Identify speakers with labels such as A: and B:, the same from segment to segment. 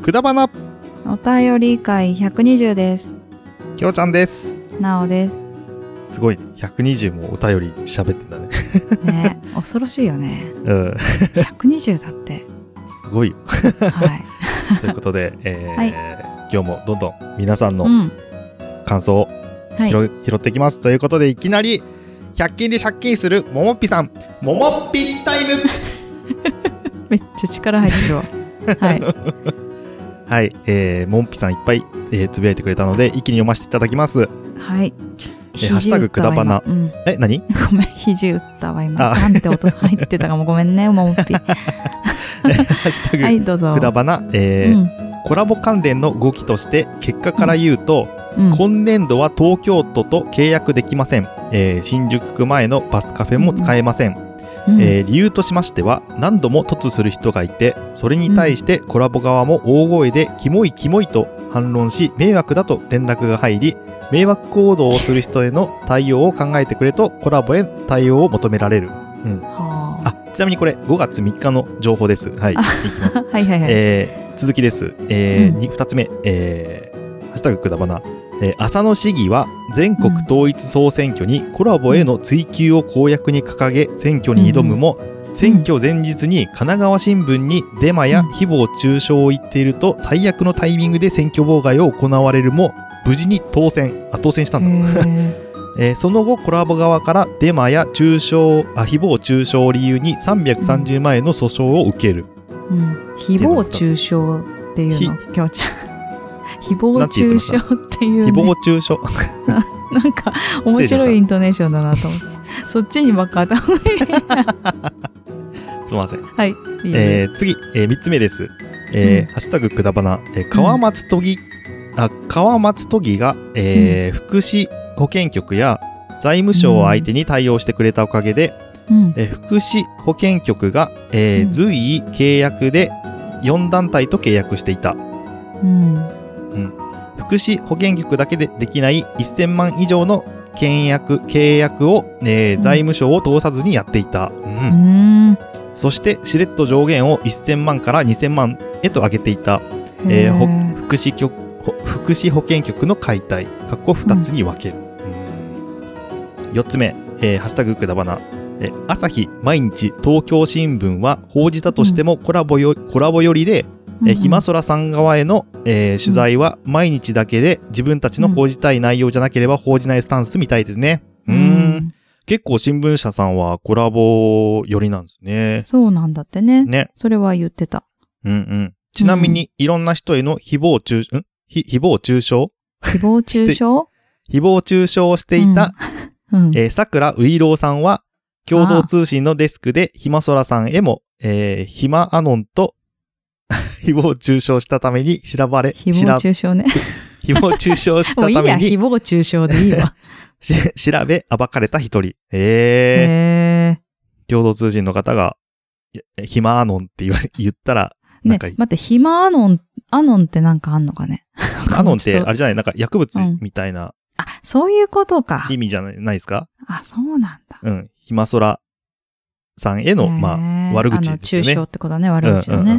A: くだばな。
B: お便り会120です。
A: きょうちゃんです。
B: なおです。
A: すごいね。120もお便り喋ってんだね。
B: ね、恐ろしいよね。
A: うん。
B: 120だって。
A: すごいよ。
B: はい。
A: ということで、
B: はい、
A: 今日もどんどん皆さんの感想を
B: はい、
A: 拾っていきます。ということで、いきなり100均で借金するももっぴさん、ももっぴタイム
B: めっちゃ力入ってるわ。はい。
A: はい、ももっぴさんいっぱい、つぶやいてくれたので、一気に読ませていただきます。
B: はい。
A: ハッシュタグくだばな。何
B: ごめん、肘打ったわ、今。なんて音入ってたかも。ごめんね、ももっぴ。ハ
A: ッシュタグ、
B: はい、どうぞ。
A: くだばな、コラボ関連の動きとして結果から言うと、今年度は東京都と契約できません。新宿区前のバスカフェも使えません。理由としましては、何度も突する人がいて、それに対してコラボ側も大声でキモいキモいと反論し、迷惑だと連絡が入り、迷惑行動をする人への対応を考えてくれとコラボへ対応を求められる。ちなみにこれ5月3日の情報です。はい、いきます。
B: はいはいはい。
A: 続きです。2つ目、ハッシュタグくだばな。浅野市議は全国統一総選挙にコラボへの追及を公約に掲げ選挙に挑むも、選挙前日に神奈川新聞にデマや誹謗中傷を言っていると最悪のタイミングで選挙妨害を行われるも無事に当選したんだ。その後コラボ側からデマや誹謗中傷を理由に330万円の訴訟を受ける。
B: 誹謗中傷っていうの、きょうちゃん。誹謗中傷っていう、ね、
A: 誹謗中傷
B: なんか面白いイントネーションだなと思ってそっちにばっか頭がいい
A: すみません。
B: はい。
A: 次、3つ目です。ハッシュタグくだばな。川松都議が、福祉保健局や財務省を相手に対応してくれたおかげで、福祉保健局が、随意契約で4団体と契約していた。福祉保健局だけでできない1000万以上の契約を、財務省を通さずにやっていた。そしてしれっと上限を1000万から2000万へと上げていた。福祉保健局の解体2つに分ける。4つ目、ハッシュタグくだばな。朝日毎日東京新聞は報じたとしてもコラボよりでひまそらさん側への、取材は毎日だけで自分たちの報じたい内容じゃなければ報じないスタンスみたいですね。結構新聞社さんはコラボ寄りなんですね。
B: そうなんだってね。それは言ってた。
A: ちなみにいろんな人への誹謗中傷をしていたさくらういろうさんは共同通信のデスクでひまそらさんへもひまアノンと誹謗中傷したために誹謗中傷ね。誹謗中傷したために。
B: もういいや、誹謗中傷でいいわ。
A: 調べ、暴かれた一人。共同通信の方が、ヒマアノンって言ったら、
B: ね、待って、ヒマアノンってなんかあんのかね。
A: アノンって、あれじゃない、なんか薬物みたいな。
B: そういうことか。
A: 意味じゃないですか？
B: そうなんだ。
A: ヒマソラさんへの、悪口ですよね。
B: 中傷ってことだね、悪口だね。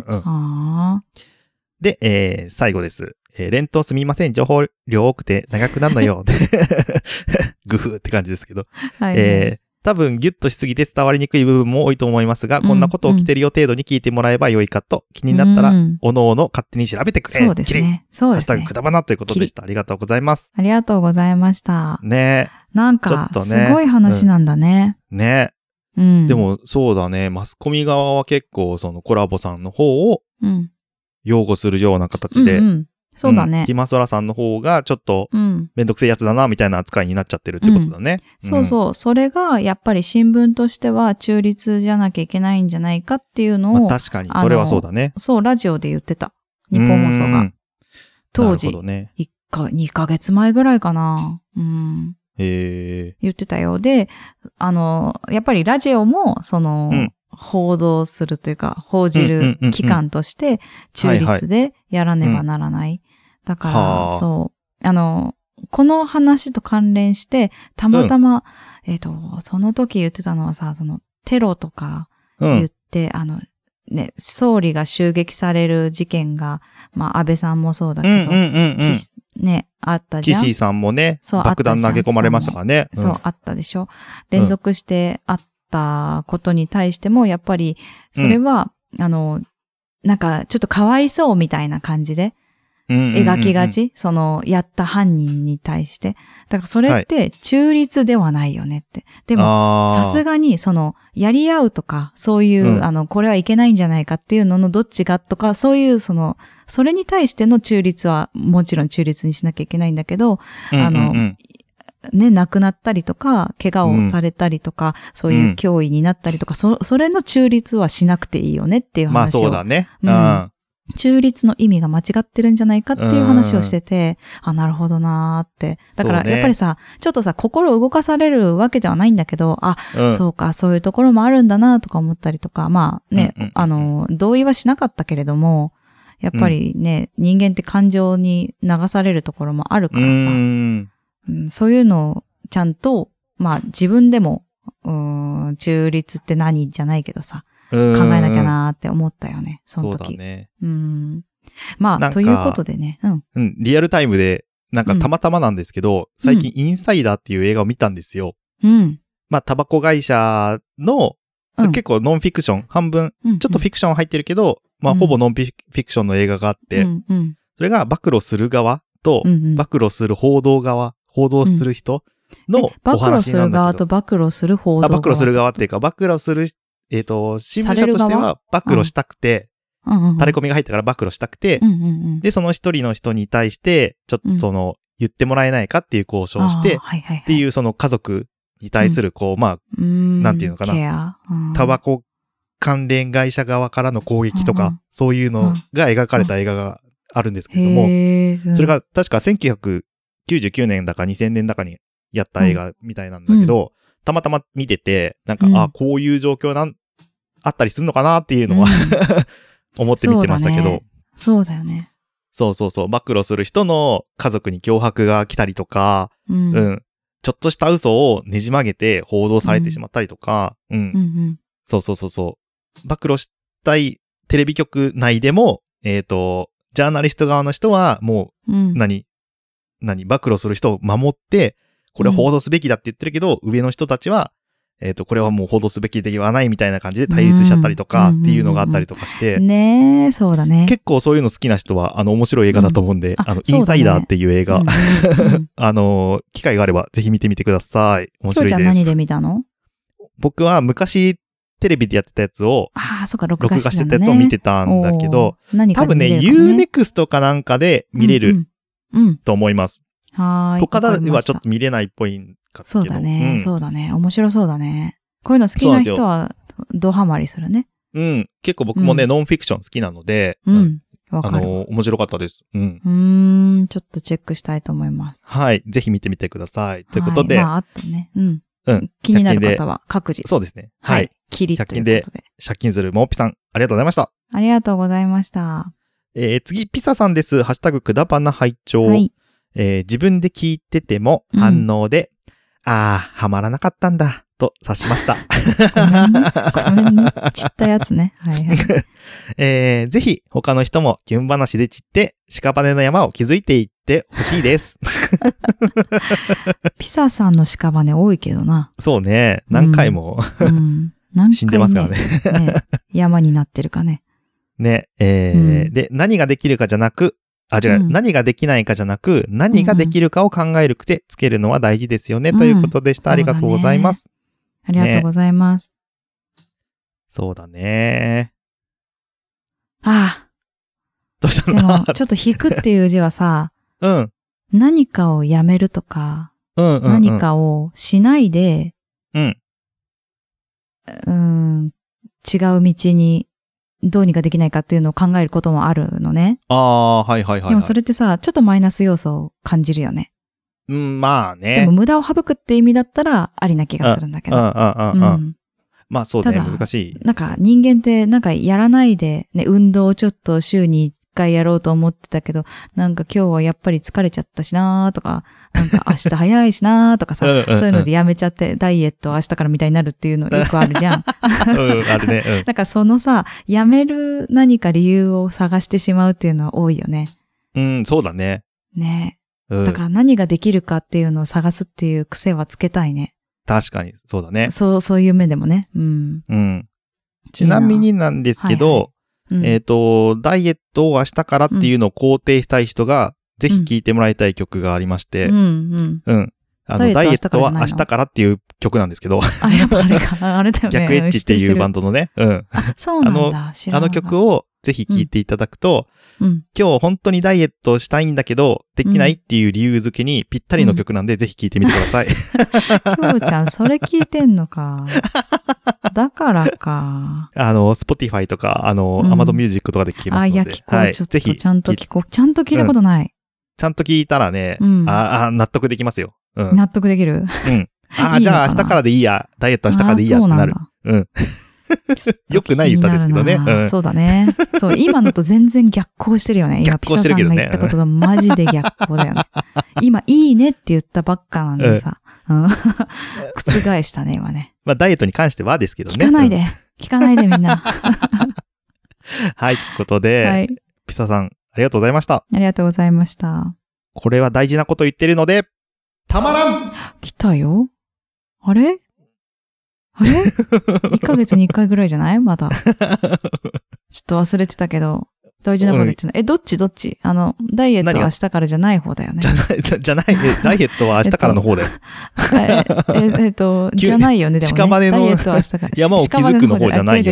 A: で、最後です。連投すみません。情報量多くて長くなるのよ。グフって感じですけど。多分ギュッとしすぎて伝わりにくい部分も多いと思いますが、こんなこと起きてるよ程度に聞いてもらえばよいかと、気になったら、おのおの勝手に調べてくれ。
B: そうですね。そうですね。
A: ハッシュタグくだばなということでした。ありがとうございます。
B: ありがとうございました。
A: ね
B: なんか、すごい話なんだね。
A: でも、そうだね。マスコミ側は結構、そのコラボさんの方を、擁護するような形で、
B: そうだね。
A: ひまそらさんの方がちょっとめんどくせえやつだなみたいな扱いになっちゃってるってことだね。
B: そうそう。それがやっぱり新聞としては中立じゃなきゃいけないんじゃないかっていうのを。
A: 確かに。それはそうだね。
B: そう、ラジオで言ってた。日本放送が。当時、2ヶ月前ぐらいかな。言ってたようで、やっぱりラジオも、報道するというか、報じる機関として中立でやらねばならない。だから、そう。この話と関連して、たまたま、その時言ってたのはさ、テロとか言って、 ね、総理が襲撃される事件が、まあ安倍さんもそうだけど、ね、あったじゃん。
A: 岸さんもね、爆弾投げ込まれましたからね。
B: そう、あったでしょ。連続してあったことに対しても、やっぱり、それは、なんか、ちょっとかわいそうみたいな感じで、描きがち、その、やった犯人に対して。だからそれって中立ではないよねって。でも、さすがに、その、やり合うとか、そういう、これはいけないんじゃないかっていうののどっちがとか、そういう、それに対しての中立は、もちろん中立にしなきゃいけないんだけど、ね、亡くなったりとか、怪我をされたりとか、そういう脅威になったりとか、それの中立はしなくていいよねっていう話を。
A: まあそうだね。
B: 中立の意味が間違ってるんじゃないかっていう話をしてて、なるほどなーって。だからやっぱりさ、ちょっとさ、心動かされるわけではないんだけど、そうか、そういうところもあるんだなとか思ったりとか、まあね、同意はしなかったけれども、やっぱりね、人間って感情に流されるところもあるからさ、そういうのをちゃんと、まあ自分でも、中立って何じゃないけどさ、考えなきゃなーって思ったよね、その時。
A: そうだね。
B: まあ、ということでね。
A: リアルタイムで、なんかたまたまなんですけど、最近インサイダーっていう映画を見たんですよ。まあ、タバコ会社の、結構ノンフィクション、半分、ちょっとフィクション入ってるけど、まあ、ほぼノンフィクションの映画があって、それが暴露する側と、暴露する報道する人のお話なんだけど。
B: 暴露する側と暴露する報道側。
A: 暴露する側っていうか、暴露する、新聞社としては暴露したくて、タレコミが入ったから暴露したくて、で、その一人の人に対して、ちょっと言ってもらえないかっていう交渉をして、っていうその家族に対する、まあ、なんていうのかな、タバコ関連会社側からの攻撃とか、そういうのが描かれた映画があるんですけれども、それが確か1999年だか2000年だかにやった映画みたいなんだけど、たまたま見てて、なんか、こういう状況あったりするのかなっていうのは、思って見てましたけど。
B: そうだよね。
A: そう。暴露する人の家族に脅迫が来たりとか、ちょっとした嘘をねじ曲げて報道されてしまったりとか、そう。暴露したいテレビ局内でも、ジャーナリスト側の人はもう、暴露する人を守って、これは報道すべきだって言ってるけど、上の人たちは、これはもう報道すべきではないみたいな感じで対立しちゃったりとかっていうのがあったりとかして。
B: ねえ、そうだね。
A: 結構そういうの好きな人は、面白い映画だと思うんで、インサイダーっていう映画、機会があればぜひ見てみてください。面白いです。
B: そうじゃん何で見たの？
A: 僕は昔テレビでやってたやつを、録画してたやつを見てたんだけど、多分ね、Unext かなんかで見れると思います。他ではちょっと見れないっぽいんかけど。
B: そうだね、そうだね。面白そうだね。こういうの好きな人は、ドハマりするね。
A: 結構僕もね、ノンフィクション好きなので、
B: わかる。
A: 面白かったです。
B: ちょっとチェックしたいと思います。
A: はい。ぜひ見てみてください。ということで。
B: まあ、あとね。気になる方は各自。
A: そうですね。はい。
B: キリッということで。
A: 借金するもおぴさん、ありがとうございました。
B: ありがとうございました。
A: 次、ピサさんです。ハッシュタグくだばな拝聴。自分で聞いてても反応で、はまらなかったんだ、と察しました。
B: ごめんね。散ったやつね。
A: ぜひ、他の人もキュン話で散って、屍の山を築いていってほしいです。
B: ピサさんの屍多いけどな。
A: そうね。何回も、死んでますからね。
B: 山になってるかね。
A: ね。で、何ができるかじゃなく、何ができないかじゃなく、何ができるかを考える癖つけるのは大事ですよね、ということでした。ありがとうございます。
B: ありがとうございます。
A: そうだね。
B: どうしたの？でも、ちょっと引くっていう字はさ、何かをやめるとか、何かをしないで、違う道にどうにかできないかっていうのを考えることもあるのね。
A: はい。
B: でもそれってさ、ちょっとマイナス要素を感じるよね。
A: まあね。
B: でも無駄を省くって意味だったらありな気がするんだけど。
A: まあそうね、難しい。
B: なんか人間ってなんかやらないで、ね、運動をちょっと週に1 回やろうと思ってたけど、なんか今日はやっぱり疲れちゃったしなーとか、なんか明日早いしなーとかさ、そういうのでやめちゃって、ダイエット明日からみたいになるっていうのよくあるじゃん。
A: あるね。
B: だからそのさ、やめる何か理由を探してしまうっていうのは多いよね。
A: そうだね。
B: ね。だから何ができるかっていうのを探すっていう癖はつけたいね。
A: 確かに、そうだね。
B: そういう面でもね。
A: ちなみになんですけど、ダイエットを明日からっていうのを肯定したい人が、ぜひ聴いてもらいたい曲がありまして、ダイエットは明日からっていう曲なんですけど、
B: やっぱあれか、あれだよね。
A: 逆エッジっていうバンドのね、
B: そうなんだ。
A: あの曲をぜひ聴いていただくと、今日本当にダイエットしたいんだけど、できないっていう理由付けにぴったりの曲なんで、ぜひ聴いてみてください。
B: きょうちゃん、それ聞いてんのか。だからか。
A: Spotify とか、Amazon Music とかで聴けますので。
B: 聞こう。ちょっとちゃんと聞こう。ちゃんと聞いたことない。
A: ちゃんと聞いたらね、納得できますよ。
B: 納得できる？
A: じゃあ明日からでいいや。ダイエット明日からでいいやってなる。よくない歌ですけどね。
B: そうだね。そう、今のと全然逆行してるよね。今、ピサさんが言ったことがマジで逆行だよね。今、いいねって言ったばっかなんでさ。覆したね、今ね。
A: ダイエットに関してはですけどね。
B: 聞かないでみんな。
A: はい、ということで、ピサさん、ありがとうございました。
B: ありがとうございました。
A: これは大事なこと言ってるので、たまらん！
B: 来たよ。あれ ?1 ヶ月に1回ぐらいじゃないまだ。ちょっと忘れてたけど、大事なこと言ってない。どっちダイエットは明日からじゃない方だよね。
A: じゃない、ダイエットは明日からの方だよ。
B: じゃないよね、でもね。
A: 屍の
B: ダイエットは明日から。
A: 山を築くの方じゃないよ。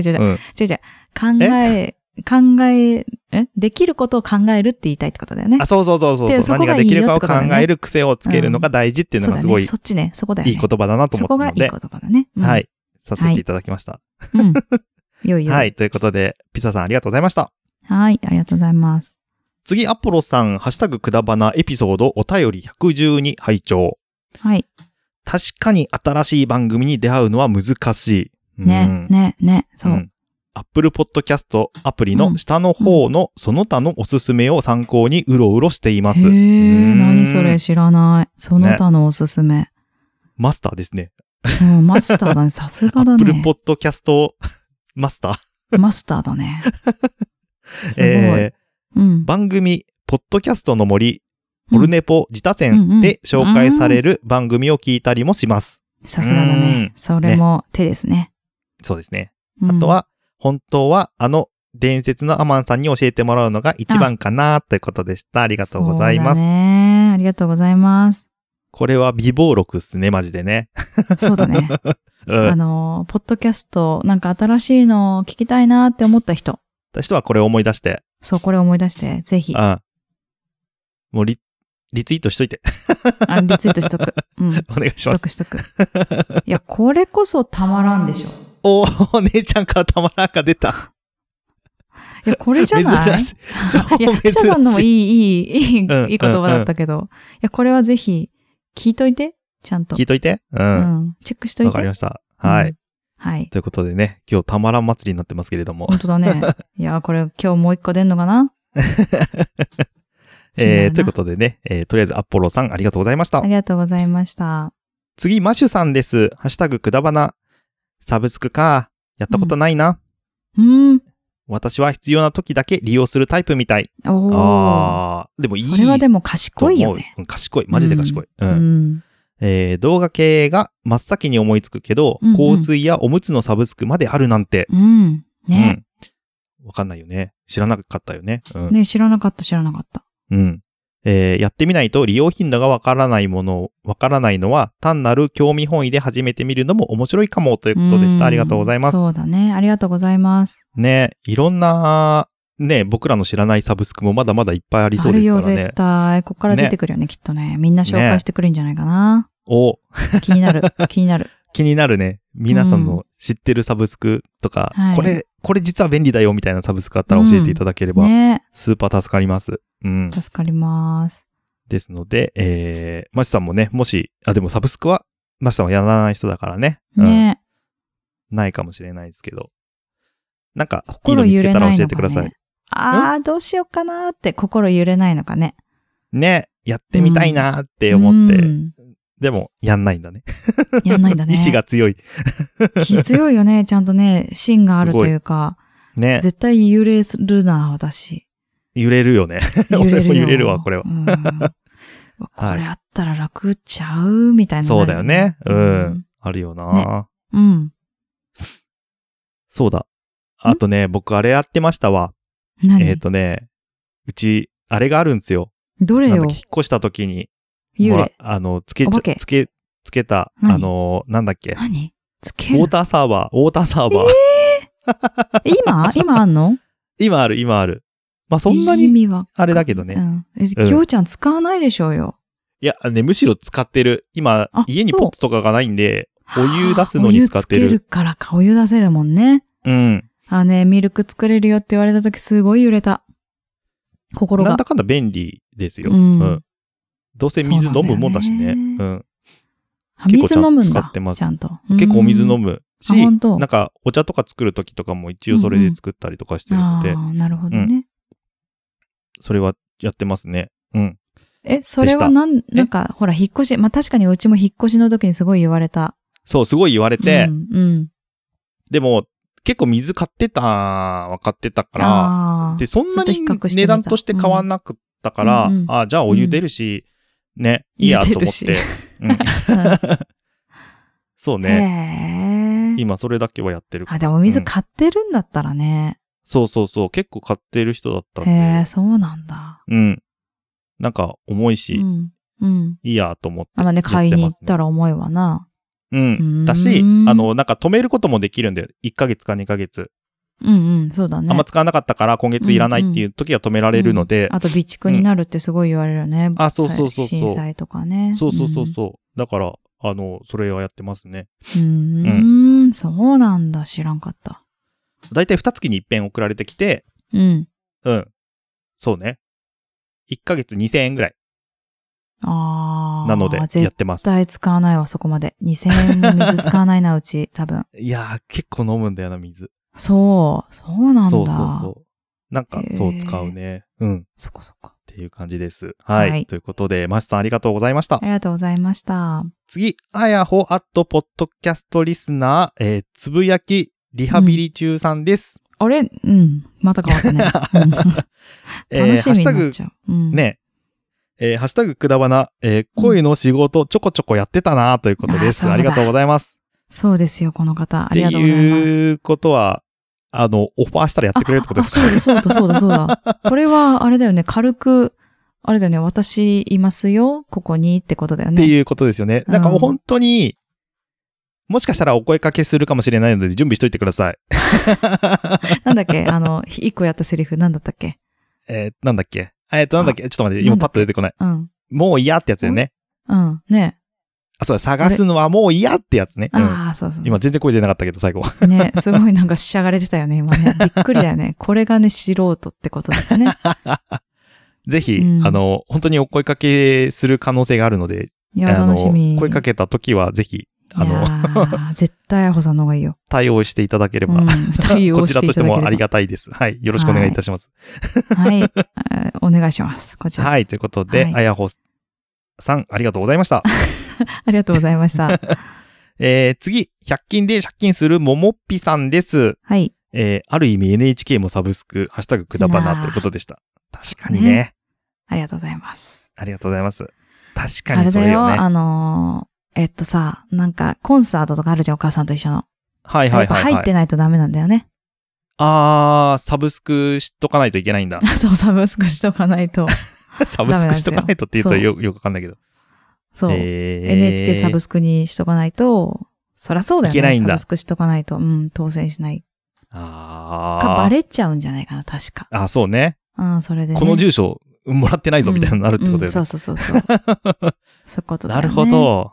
B: できることを考えるって言いたいってことだよね。
A: そう。何ができるかを考える癖をつけるのが大事っていうのがすごい、
B: そっちね、そこだよね。
A: いい言葉だなと思ったので。
B: そこがいい言葉だね。
A: はい。させていただきました。はい。ということで、ピサさんありがとうございました。
B: はい、ありがとうございます。
A: 次、アポロさん、ハッシュタグくだばなエピソードお便り112拝聴。
B: はい。
A: 確かに新しい番組に出会うのは難しい。
B: ね、そう。
A: Apple Podcast アプリの下の方のその他のおすすめを参考にうろうろしています。
B: 何それ知らない。その他のおすすめ。
A: マスターですね。
B: マスターだね。さすがだね。
A: Apple Podcast マスタ
B: ー。マスターだね。すごい。
A: 番組、ポッドキャストの森、オルネポ自他戦で紹介される番組を聞いたりもします。
B: さすがだね。それも手ですね。
A: そうですね。あとは、本当は伝説のアマンさんに教えてもらうのが一番かなということでした。ありがとうございます。
B: そうだね。ありがとうございます。
A: これは美貌録っすね、マジでね。
B: そうだね。ポッドキャスト、なんか新しいの聞きたいなって思った人
A: はこれを思い出して。
B: そう、これを思い出して、ぜひ。
A: もうリツイートしといて。
B: リツイートしとく。
A: お願いします。
B: しとく。いや、これこそたまらんでしょ。
A: お姉ちゃんからたまらんが出た。
B: いや、これじゃない？
A: 珍しい。
B: いや、ピサさんのもいい言葉だったけど。いや、これはぜひ、聞いといて。ちゃんと。
A: 聞いといて。
B: チェックしといて。
A: わかりました。はい。
B: はい。
A: ということでね、今日たまらん祭りになってますけれども。
B: 本当だね。いや、これ今日もう一個出んのかな
A: ということでね、とりあえずアポロさんありがとうございました。
B: ありがとうございました。
A: 次、マシュさんです。ハッシュタグくだばな。サブスクか。やったことないな。私は必要な時だけ利用するタイプみたい。でもいい。
B: それはでも賢いよね。
A: 賢い。マジで賢い。動画系が真っ先に思いつくけど、香水やおむつのサブスクまであるなんて。
B: ね。
A: わかんないよね。知らなかったよね。
B: ね、知らなかった。
A: やってみないと利用頻度がわからないのは単なる興味本位で始めてみるのも面白いかもということでした。ありがとうございます。
B: そうだね。ありがとうございます。
A: ね、いろんな、ね、僕らの知らないサブスクもまだまだいっぱいありそうですからね。
B: あるよ、絶対。こっから出てくるよね、きっとね。みんな紹介してくれるんじゃないかな。気になる。
A: 気になるね。皆さんの知ってるサブスクとか、これ実は便利だよみたいなサブスクあったら教えていただければ、スーパー助かります。
B: 助かります。
A: ですので、マシさんもね、もし、でもサブスクは、マシさんはやらない人だからね。ないかもしれないですけど。なんか、いいの見つけたら教えてください。
B: どうしようかなって心揺れないのかね。
A: ね、やってみたいなって思って。でも、やんないんだね。
B: やんないんだね。
A: 意志が強い。
B: 強いよね。ちゃんとね、芯があるというか。ね。絶対揺れるな、私。
A: 揺れるよね。俺も揺れるわ、これは。
B: これあったら楽ちゃうみたいな。
A: そうだよね。あるよな。そうだ。あとね、僕あれやってましたわ。うち、あれがあるんですよ。
B: どれよ。
A: 引っ越した時に。
B: 幽霊。
A: つけた、なんだっけ。
B: 何つけ
A: る？ウォーターサーバー。
B: 今あんの？
A: 今ある。まあ、そんなに、あれだけどね。
B: きょうちゃん使わないでしょうよ。
A: いや、ね、むしろ使ってる。今、家にポットとかがないんで、お湯出すのに使ってる。
B: お湯つけるからか、お湯出せるもんね。ミルク作れるよって言われた時すごい揺れた。心が。
A: なんだかんだ便利ですよ。どうせ水飲むもんだしね。
B: 水飲むんだ。
A: 使ってます。
B: ちゃんと。
A: 結構お水飲むし、なんかお茶とか作る時とかも一応それで作ったりとかしてるので。
B: なるほどね。
A: それはやってますね。
B: それはなんか、ほら、引っ越し、まあ、確かにうちも引っ越しの時にすごい言われた。
A: そう、すごい言われて、でも、結構水買ってたから、で、そんなに値段として変わんなかったから、じゃあお湯出るし、ね、いいやと思って。そうね。今それだけはやってる。
B: でも水買ってるんだったらね。
A: そう。結構買ってる人だったんで。
B: そうなんだ。
A: なんか重いし、いいやと思って。
B: まあね、買いに行ったら重いわな。
A: だし、なんか止めることもできるんだよ。1ヶ月か2ヶ月。
B: そうだね。
A: あんま使わなかったから今月いらないっていう時は止められるので。
B: あと備蓄になるってすごい言われるよね。
A: そう。
B: 震災とかね。
A: そう。だから、それはやってますね。
B: そうなんだ。知らんかった。
A: だいたい2月に一遍送られてきて、そうね。1ヶ月2000円ぐらい。なので、やってます。
B: 絶対使わないわ、そこまで。2000円も水使わないな、うち、多分。
A: いやー、結構飲むんだよな、水。
B: そうなんだ。
A: そう。なんか、そう使うね。
B: そっか。
A: っていう感じです。はい。ということで、マシさんありがとうございました。
B: ありがとうございました。
A: 次、あやほポッドキャストリスナー、つぶやきリハビリ中さんです。
B: あれまた変わったね。楽しみになっちゃう。
A: ね。ハッシュタグくだばな、声の仕事ちょこちょこやってたなということです。ありがとうございます。
B: そうですよ、この方。ありがとうございます。
A: っていうことは、オファーしたらやってくれるってことですか？
B: そうだ。これは、あれだよね、軽く、あれだよね、私いますよ、ここにってことだよね。
A: っていうことですよね。なんかもう本当に、もしかしたらお声かけするかもしれないので準備しといてください。
B: なんだっけ一個やったセリフなんだったっけ？
A: なんだっけ？ちょっと待って、今パッと出てこない。もう嫌ってやつだよね。
B: ね。
A: そうだ、探すのはもう嫌ってやつね。
B: そう。
A: 今全然声出なかったけど、最後。
B: ね、すごいなんかしゃがれてたよね、今ね。びっくりだよね。これがね、素人ってことですね。
A: ぜひ、本当にお声かけする可能性があるので、
B: 楽しみ。
A: 声かけた時はぜひ、
B: 絶対あほさんの方がいいよ。
A: 対応していただければ、こちらとしてもありがたいです。はい。よろしくお願いいたします。
B: はい。お願いします。こちら。
A: はい。ということで、あやほさん、ありがとうございました。
B: ありがとうございました。
A: 次、100均で借金するももっぴさんです。
B: はい。
A: ある意味 NHK もサブスク、ハッシュタグくだばなということでした。確かにね。
B: ありがとうございます。
A: ありがとうございます。確かにそれよね。
B: あれだよ、なんか、コンサートとかあるじゃん、お母さんと一緒の。
A: はい。
B: やっぱ入ってないとダメなんだよね。
A: サブスクしとかないといけないんだ。
B: そう、サブスクしとかないと。
A: サブスクしとかないとって言うとよくわかんないけど。
B: そう。NHK サブスクにしとかないと、そりゃそうだよね。いけないんだ。サブスクしとかないと、当選しない。バレちゃうんじゃないかな、確か。
A: そうね。
B: それで、ね。
A: この住所もらってないぞみたいになるってことだよね。
B: そう。そういうことだよね。
A: なるほど。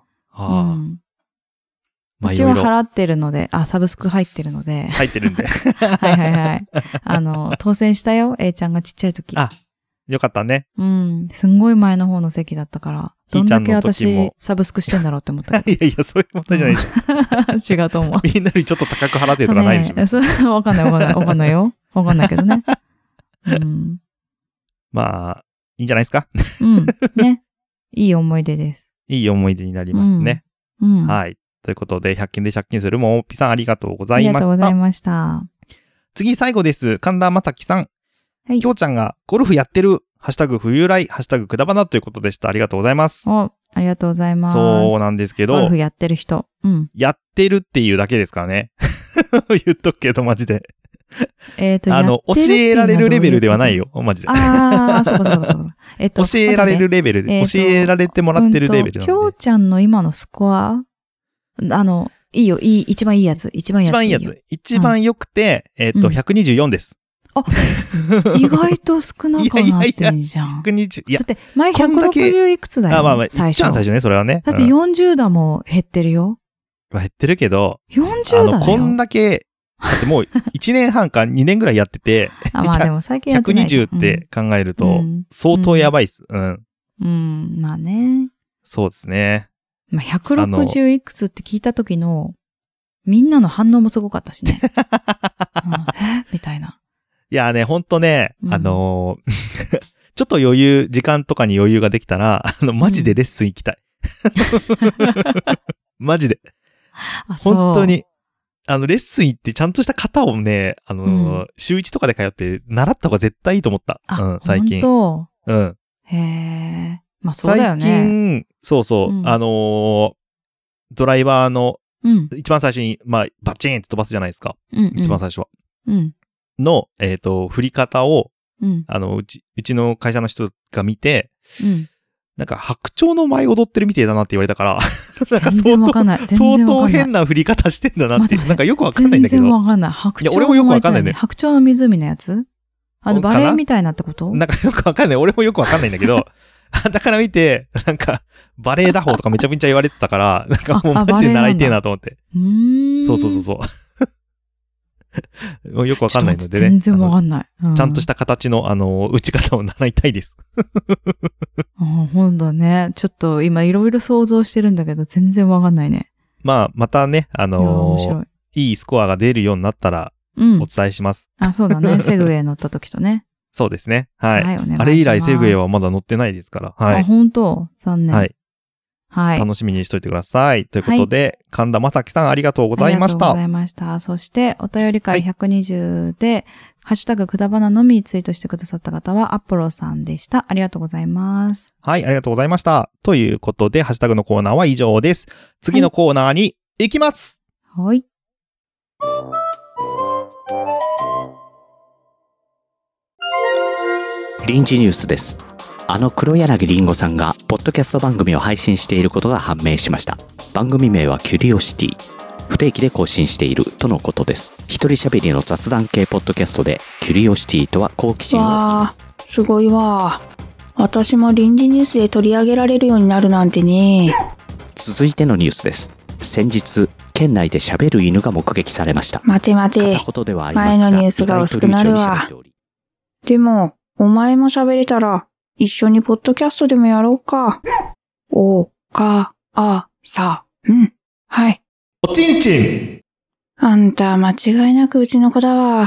B: うちは払ってるので、サブスク入ってるので。
A: 入ってるんで。
B: はい。当選したよ、A ちゃんがちっちゃい時。
A: よかったね。
B: すんごい前の方の席だったから、どんだけ私サブスクしてんだろうって思った。
A: いや、そういう問題じゃないでしょ。
B: 違うと思う。
A: みんなよりちょっと高く払ってるとかないでしょ。
B: わかんないよ。わかんないけどね。
A: まあ、いいんじゃないですか。
B: ね。いい思い出です。
A: いい思い出になりますね。はい。ということで、100均で借金するもっぴさんありがとうございました。ありがとうございました。次、最後です。神田正輝さん。はい。きょうちゃんがゴルフやってる。ハッシュタグ冬来、ハッシュタグくだばなということでした。ありがとうございます。
B: ありがとうございます。
A: そうなんですけど。
B: ゴルフやってる人。
A: やってるっていうだけですからね。言っとくけど、マジで。教えられるレベルではないよ、マジで。
B: そうか。
A: 教えられるレベルで、教えられてもらってるレベルなんで。
B: きょうちゃんの今のスコアいいよ、一番いいやつ。一番いいやつ。
A: 一番良くて、124です。
B: あ、意外と少なくなってんじゃん。
A: 120。いや、
B: だって前160いくつだよ。
A: まあ、一番最初ね、それはね。
B: だって40打も減ってるよ。
A: 減ってるけど、
B: 40打だよ。
A: こんだけ、だってもう1年半か2年ぐらいやってて、
B: まあでも最近やってない。
A: 120って考えると、相当やばいっす。
B: まあね。
A: そうですね。
B: まあ、160いくつって聞いた時の、みんなの反応もすごかったしね。みたいな。
A: いやね、ほんとね、ちょっと時間とかに余裕ができたら、マジでレッスン行きたい。マジで。本当に。レッスン行ってちゃんとした型をね、週1とかで通って習った方が絶対いいと思った。最近。
B: 本
A: 当？
B: へー。まあそうだよね。
A: 最近、そうそう、ドライバーの、一番最初に、まあ、バチーンって飛ばすじゃないですか。一番最初は。の、振り方を、うちの会社の人が見て、なんか白鳥の舞踊ってるみてえだなって言われたから、なんか相当変な振り方してんだなって、なんかよくわかんないんだけど。
B: 全然わかんない。白鳥の舞。いや、俺もよくわかんないね。白鳥の湖のやつ？バレエみたいなってこと？
A: なんかよくわかんない。俺もよくわかんないんだけど、だから見て、なんか、バレエ打法とかめちゃめちゃ言われてたから、なんかもうマジで習いてえなと思って。そう。よくわかんないのでね。
B: 全然わかんない。
A: ちゃんとした形の、打ち方を習いたいです。
B: ほんとね。ちょっと今いろいろ想像してるんだけど、全然わかんないね。
A: まあ、またね、いいスコアが出るようになったら、お伝えします。
B: そうだね。セグウェイ乗った時とね。
A: そうですね。はい。あれ以来セグウェイはまだ乗ってないですから。はい。
B: 本当？残念。
A: はい。楽しみにしといてください。ということで、神田正輝さんありがとうございました。
B: ありがとうございました。そして、お便り会120で、ハッシュタグくだばなのみツイートしてくださった方は、アップロさんでした。ありがとうございます。
A: はい、ありがとうございました。ということで、ハッシュタグのコーナーは以上です。次のコーナーに行きます。
B: はい。
C: 臨時ニュースです。黒柳りんごさんがポッドキャスト番組を配信していることが判明しました。番組名はキュリオシティ。不定期で更新しているとのことです。一人喋りの雑談系ポッドキャストで、キュリオシティとは好奇心を。
D: わー、すごいわ。私も臨時ニュースで取り上げられるようになるなんてね。
C: 続いてのニュースです。先日、県内で喋る犬が目撃されました。
D: 待て。前のニュースが薄くなるわ。でも、お前も喋れたら、一緒にポッドキャストでもやろうか。はい。
A: おちんちん。
D: あんた間違いなくうちの子だわ。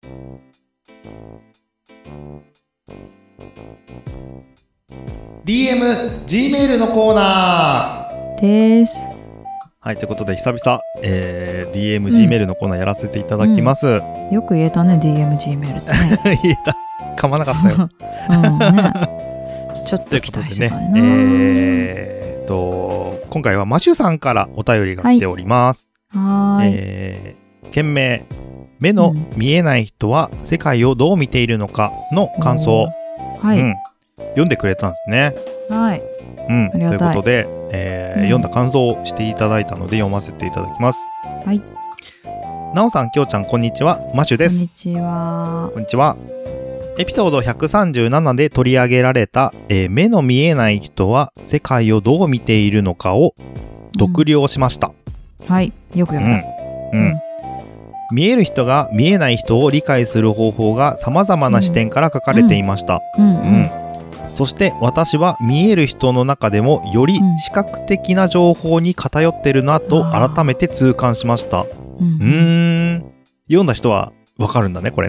A: DM、Gmail のコーナ
B: ーです。
A: はい、ということで久々、DM、Gmail のコーナーやらせていただきます。
B: よく言えたね、DM、Gmail ってね。
A: 言えた。噛まなかったよ。
B: ね、ちょっと期待してたね。
A: 今回はマシュさんからお便りが来ております。件名、目の見えない人は世界をどう見ているのかの感想。読んでくれたんですね。
B: はい。
A: ということで、読んだ感想をしていただいたので読ませていただきます。
B: はい。
A: なおさん、きょうちゃん、こんにちは。マシュです。
B: こんにちは。
A: こんにちは。エピソード137で取り上げられた、目の見えない人は世界をどう見ているのかを読了しました。
B: はい。よく読んだ。
A: 見える人が見えない人を理解する方法が様々な視点から書かれていました。そして私は見える人の中でもより視覚的な情報に偏ってるなと改めて痛感しました。読んだ人はわかるんだね、これね。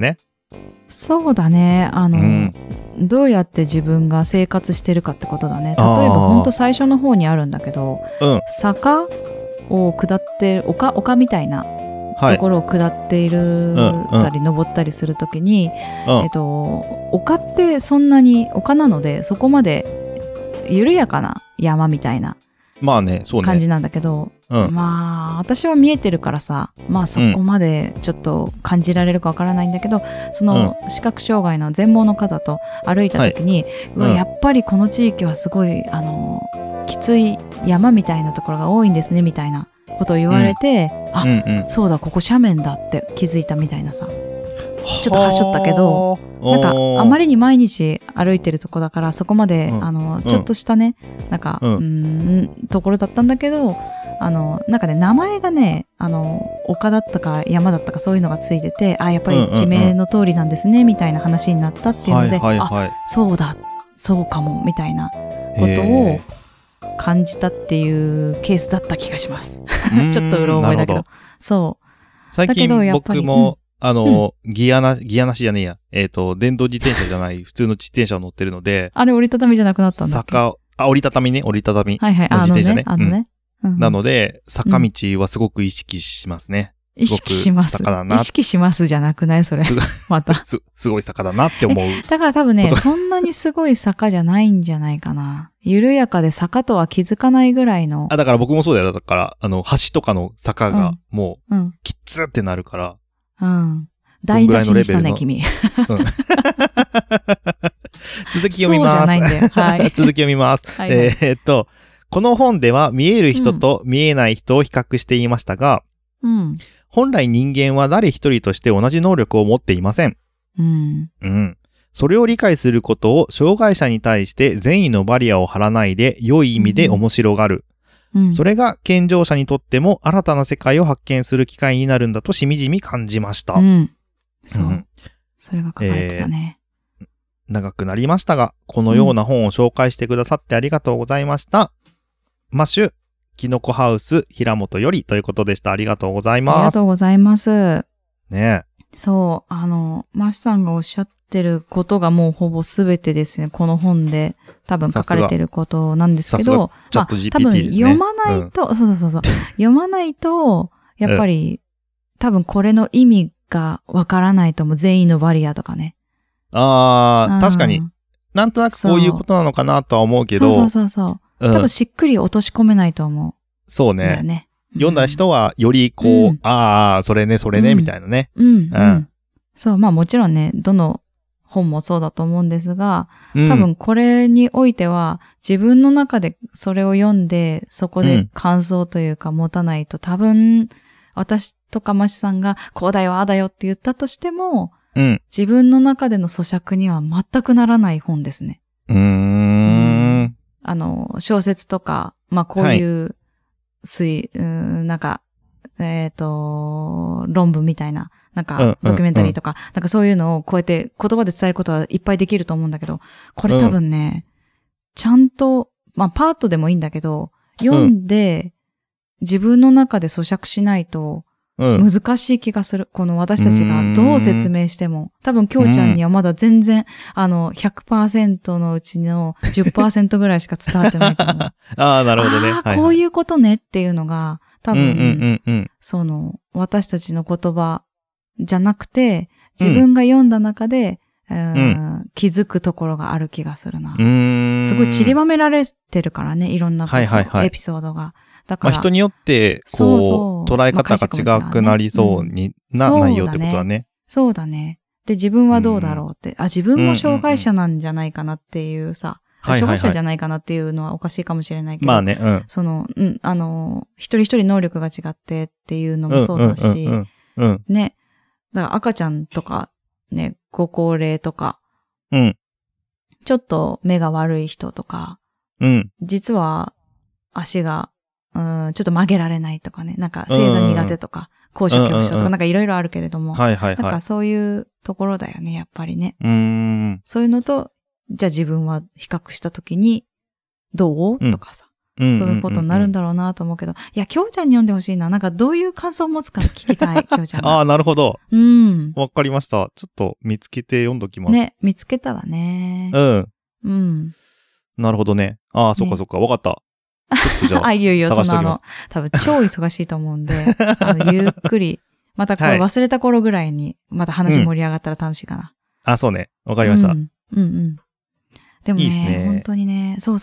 B: そうだね。どうやって自分が生活してるかってことだね。例えばほんと最初の方にあるんだけど、坂を下ってる、丘みたいなところを下っているたり登ったりするときに、丘ってそんなに丘なのでそこまで緩やかな山みたいな感じなんだけど、まあ私は見えてるからさ、まあそこまでちょっと感じられるかわからないんだけど、その視覚障害の全盲の方と歩いた時に、やっぱりこの地域はすごいきつい山みたいなところが多いんですねみたいなことを言われて、そうだここ斜面だって気づいたみたいなさ、ちょっとはしょったけど、なんかあまりに毎日歩いてるとこだからそこまで、ちょっとしたねなんか、ところだったんだけど、なんかね名前がね丘だったか山だったかそういうのがついてて、やっぱり地名の通りなんですねみたいな話になったっていうので、そうだそうかもみたいなことを感じたっていうケースだった気がします。ちょっとうろ覚えだけど。そう。
A: 最近僕も、ギアなしじゃねえや。電動自転車じゃない普通の自転車を乗ってるので。
B: あれ折りたたみじゃなくなったんだっけ？
A: 折りたたみね。折りたたみ。
B: はいはい。
A: 自転車ね。
B: な
A: ので、坂道はすごく意識しますね。
B: 意識します。意識しますじゃなくないそれ。また。
A: すごい坂だなって思う。
B: だから多分ね、そんなにすごい坂じゃないんじゃないかな。緩やかで坂とは気づかないぐらいの。
A: だから僕もそうだよ。だから、橋とかの坂がもう、きっつってなるから。
B: 台無しにしたね、君。
A: 続き読みます。
B: そうじゃないんだよ。はい。
A: 続き読みます。この本では見える人と見えない人を比較していましたが、本来人間は誰一人として同じ能力を持っていません。それを理解することを障害者に対して善意のバリアを張らないで良い意味で面白がる。それが健常者にとっても新たな世界を発見する機会になるんだとしみじみ感じました。
B: そう。それが書かれてたね。
A: 長くなりましたが、このような本を紹介してくださってありがとうございました。マッシュ、キノコハウス、平本よりということでした。ありがとうございます。
B: ありがとうございます。
A: ね。
B: そう、マッシュさんがおっしゃってることがもうほぼすべてですね。この本で多分書かれてることなんですけど、多分読まないと、そう。読まないと、やっぱり、多分これの意味がわからないと思う。善意のバリアとかね。
A: 確かに。なんとなくこういうことなのかなとは思うけど。
B: そう。多分しっくり落とし込めないと思う。
A: そうね。
B: だよね。
A: 読んだ人はよりこう、それね、みたいなね。
B: そう、まあもちろんね、どの本もそうだと思うんですが、多分これにおいては自分の中でそれを読んで、そこで感想というか持たないと、多分私とかマシさんがこうだよ、ああだよって言ったとしても、自分の中での咀嚼には全くならない本ですね。小説とか、まあこういう、なんか、論文みたいな、なんか、ドキュメンタリーとか、なんかそういうのをこうやって言葉で伝えることはいっぱいできると思うんだけど、これ多分ね、ちゃんと、まあパートでもいいんだけど、読んで、自分の中で咀嚼しないと、難しい気がする。この私たちがどう説明しても。多分、きょうちゃんにはまだ全然、100% のうちの 10% ぐらいしか伝わってないと思う。
A: なるほどね。
B: こういうことねっていうのが、多分、私たちの言葉じゃなくて、自分が読んだ中で、気づくところがある気がするな。すごい散りばめられてるからね、いろんなエピソードが。だから
A: 人によって、捉え方が違くなりそうな内容ってことだね。
B: そうだね。で、自分はどうだろうって。自分も障害者なんじゃないかなっていうさ、障害者じゃないかなっていうのはおかしいかもしれないけど、
A: まあね、
B: 一人一人能力が違ってっていうのもそうだし、ね。だから赤ちゃんとか、ね、ご高齢とか、ちょっと目が悪い人とか、実は足が、ちょっと曲げられないとかね、なんか正座苦手とか、高所恐怖症とかなんかいろいろあるけれども、なんかそういうところだよね、やっぱりね。そういうのと、じゃあ自分は比較したときに、どうとかさ。 そういうことになるんだろうなと思うけど。いや、きょうちゃんに読んでほしいな。なんかどういう感想を持つか聞きたい、きょうちゃんが。
A: ああ、なるほど。
B: うん。
A: わかりました。ちょっと見つけて読んどきます。
B: ね、見つけたらね。
A: うん。
B: うん。
A: なるほどね。ああ、そっかそっか。わかった。ちょっとじゃあ。
B: あ、いよいよ、その多分超忙しいと思うんで、ゆっくり、またこれ忘れた頃ぐらいに、また話盛り上がったら楽しいかな。
A: あ、そうね。わかりました。
B: うんうん。でもね、いいですね、本当にね、そう。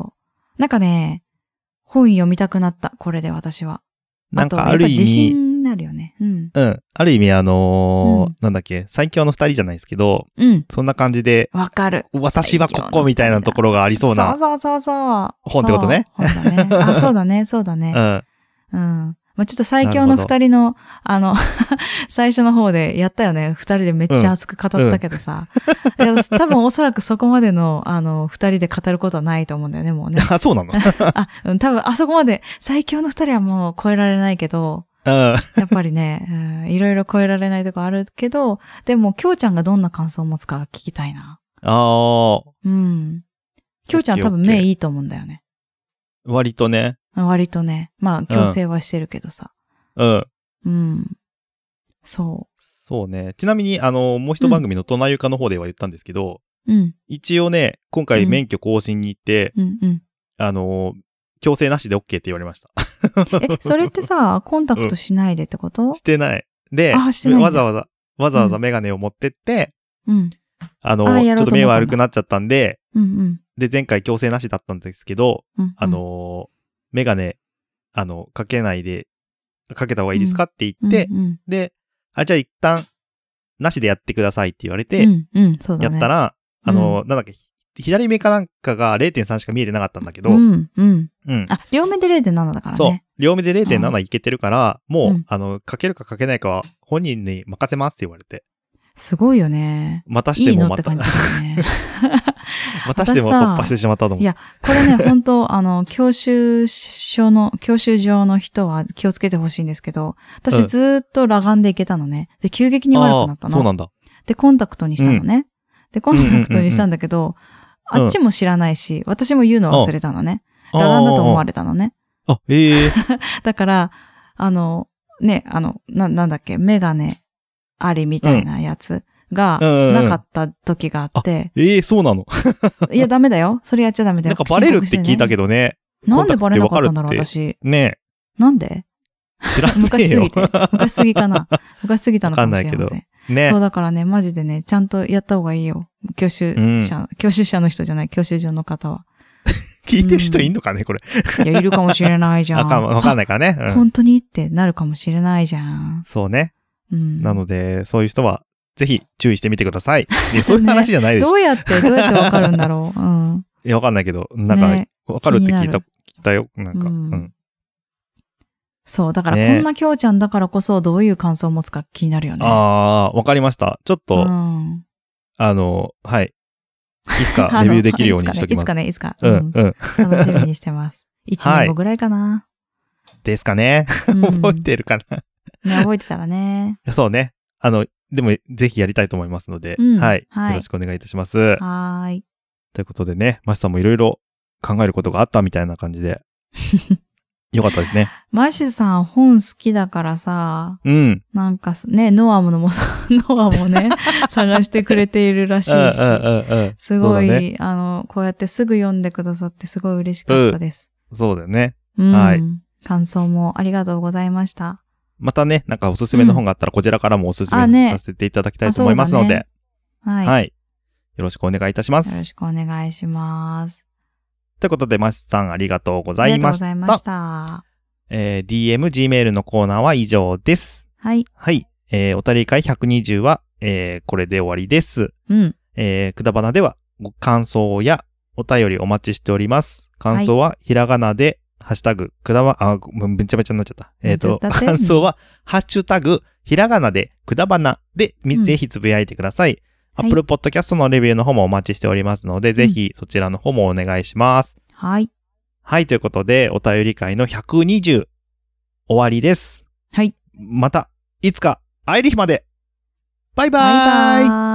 B: なんかね、本読みたくなった、これで私は。
A: なんかある意味。
B: 自信になるよね。うん。
A: ある意味なんだっけ、最強の二人じゃないですけど、そんな感じで。
B: わかる。
A: 私はここみたいなところがありそうな。
B: そう。
A: 本ってことね。
B: 本だね。あ、そうだね。うん。まあ、ちょっと最強の二人の、最初の方でやったよね。二人でめっちゃ熱く語ったけどさ。多分おそらくそこまでの、二人で語ることはないと思うんだよね、もうね。
A: あ、そうなの
B: 多分あそこまで最強の二人はもう超えられないけど、やっぱりね、いろいろ超えられないとこあるけど、でも、きょうちゃんがどんな感想を持つか聞きたいな。
A: ああ。
B: うん。きょうちゃん多分目いいと思うんだよね。
A: 割とね。
B: まあ、矯正はしてるけどさ。うん。
A: そうね。ちなみに、もう一番組のトナユカの方では言ったんですけど、一応ね、今回免許更新に行って、強制なしで OK って言われました。
B: それってさ、コンタクトしないでってこと？
A: してない。で、わざわざメガネを持ってって、ちょっと目悪くなっちゃったんで、で、前回強制なしだったんですけど、メガネ、かけないで、かけた方がいいですかって言って、で、じゃあ一旦、なしでやってくださいって言われて、やったら、なんだっけ、左目かなんかが 0.3 しか見えてなかったんだけど、
B: あ、両目で 0.7 だからね。
A: そう。両目で 0.7 いけてるから、もう、かけるかかけないかは本人に任せますって言われて。
B: すごいよね。
A: またしても
B: また。いいのって感じだよね。
A: またしても突破してしまったと思う。
B: いや、これね、本当教習所上の人は気をつけてほしいんですけど、私ずっと裸眼でいけたのね。で、急激に悪くなったの。
A: そうなんだ。
B: で、コンタクトにしたのね。で、コンタクトにしたんだけど、あっちも知らないし、私も言うの忘れたのね。裸眼だと思われたのね。だから、なんだっけ、メガネありみたいなやつがなかった時があって。
A: そうなの？
B: いや、ダメだよ。それやっちゃダメだよ。
A: なんかバレるって聞いたけどね。
B: なんでバレなかったんだろう、私。
A: ね
B: え。なんで？
A: 知らないよ。
B: 昔すぎかな。昔すぎたのかもしれません。わかんないけど。
A: ね。
B: そうだからね、マジでね、ちゃんとやった方がいいよ。教習者の人じゃない、教習所の方は。
A: 聞いてる人いんのかね、これ。
B: いや、いるかもしれないじゃん。
A: わかんないからね。
B: 本当にってなるかもしれないじゃん。
A: そうね。なので、そういう人は、ぜひ注意してみてください。そういう話じゃないでしょ。
B: どうやってわかるんだろう。
A: いや、わかんないけど、なんか、わかるって聞いたよ。なんか、
B: そう、だからこんなきょうちゃんだからこそどういう感想を持つか気になるよね。
A: わかりました。ちょっと、はい。いつかレビューできるようにしときます。
B: いつか。楽しみにしてます。1年後ぐらいかな。
A: ですかね。覚えてるかな。
B: ね、覚えてたらね。
A: そうね。でも、ぜひやりたいと思いますので、はい。よろしくお願いいたします。
B: はい。
A: ということでね、マシさんもいろいろ考えることがあったみたいな感じで。よかったですね。
B: マシさん本好きだからさ、なんかね、ノアもね、探してくれているらしいし、すごい、こうやってすぐ読んでくださってすごい嬉しかったです。
A: そうだよね。
B: はい。感想もありがとうございました。
A: またね、なんかおすすめの本があったらこちらからもおすすめさせていただきたいと思いますので、はい。よろしくお願いいたします。
B: よろしくお願いします。
A: ということで、マシさんありがとうございました。ありがとうございました。DM、Gmail のコーナーは以上です。
B: はい。
A: はい。おたり会120は、これで終わりです。くだばなでは、ご感想やお便りお待ちしております。感想は、ひらがなで、ハッシュタグ、くだば、めちゃめちゃになっちゃった。感想は、ハッシュタグ、ひらがなで、くだばなで、ぜひつぶやいてください。Apple Podcast のレビューの方もお待ちしておりますので、ぜひそちらの方もお願いします。
B: はい。
A: はい、ということで、お便り会の120終わりです。
B: はい。
A: また、いつか会える日まで。バイバーイ。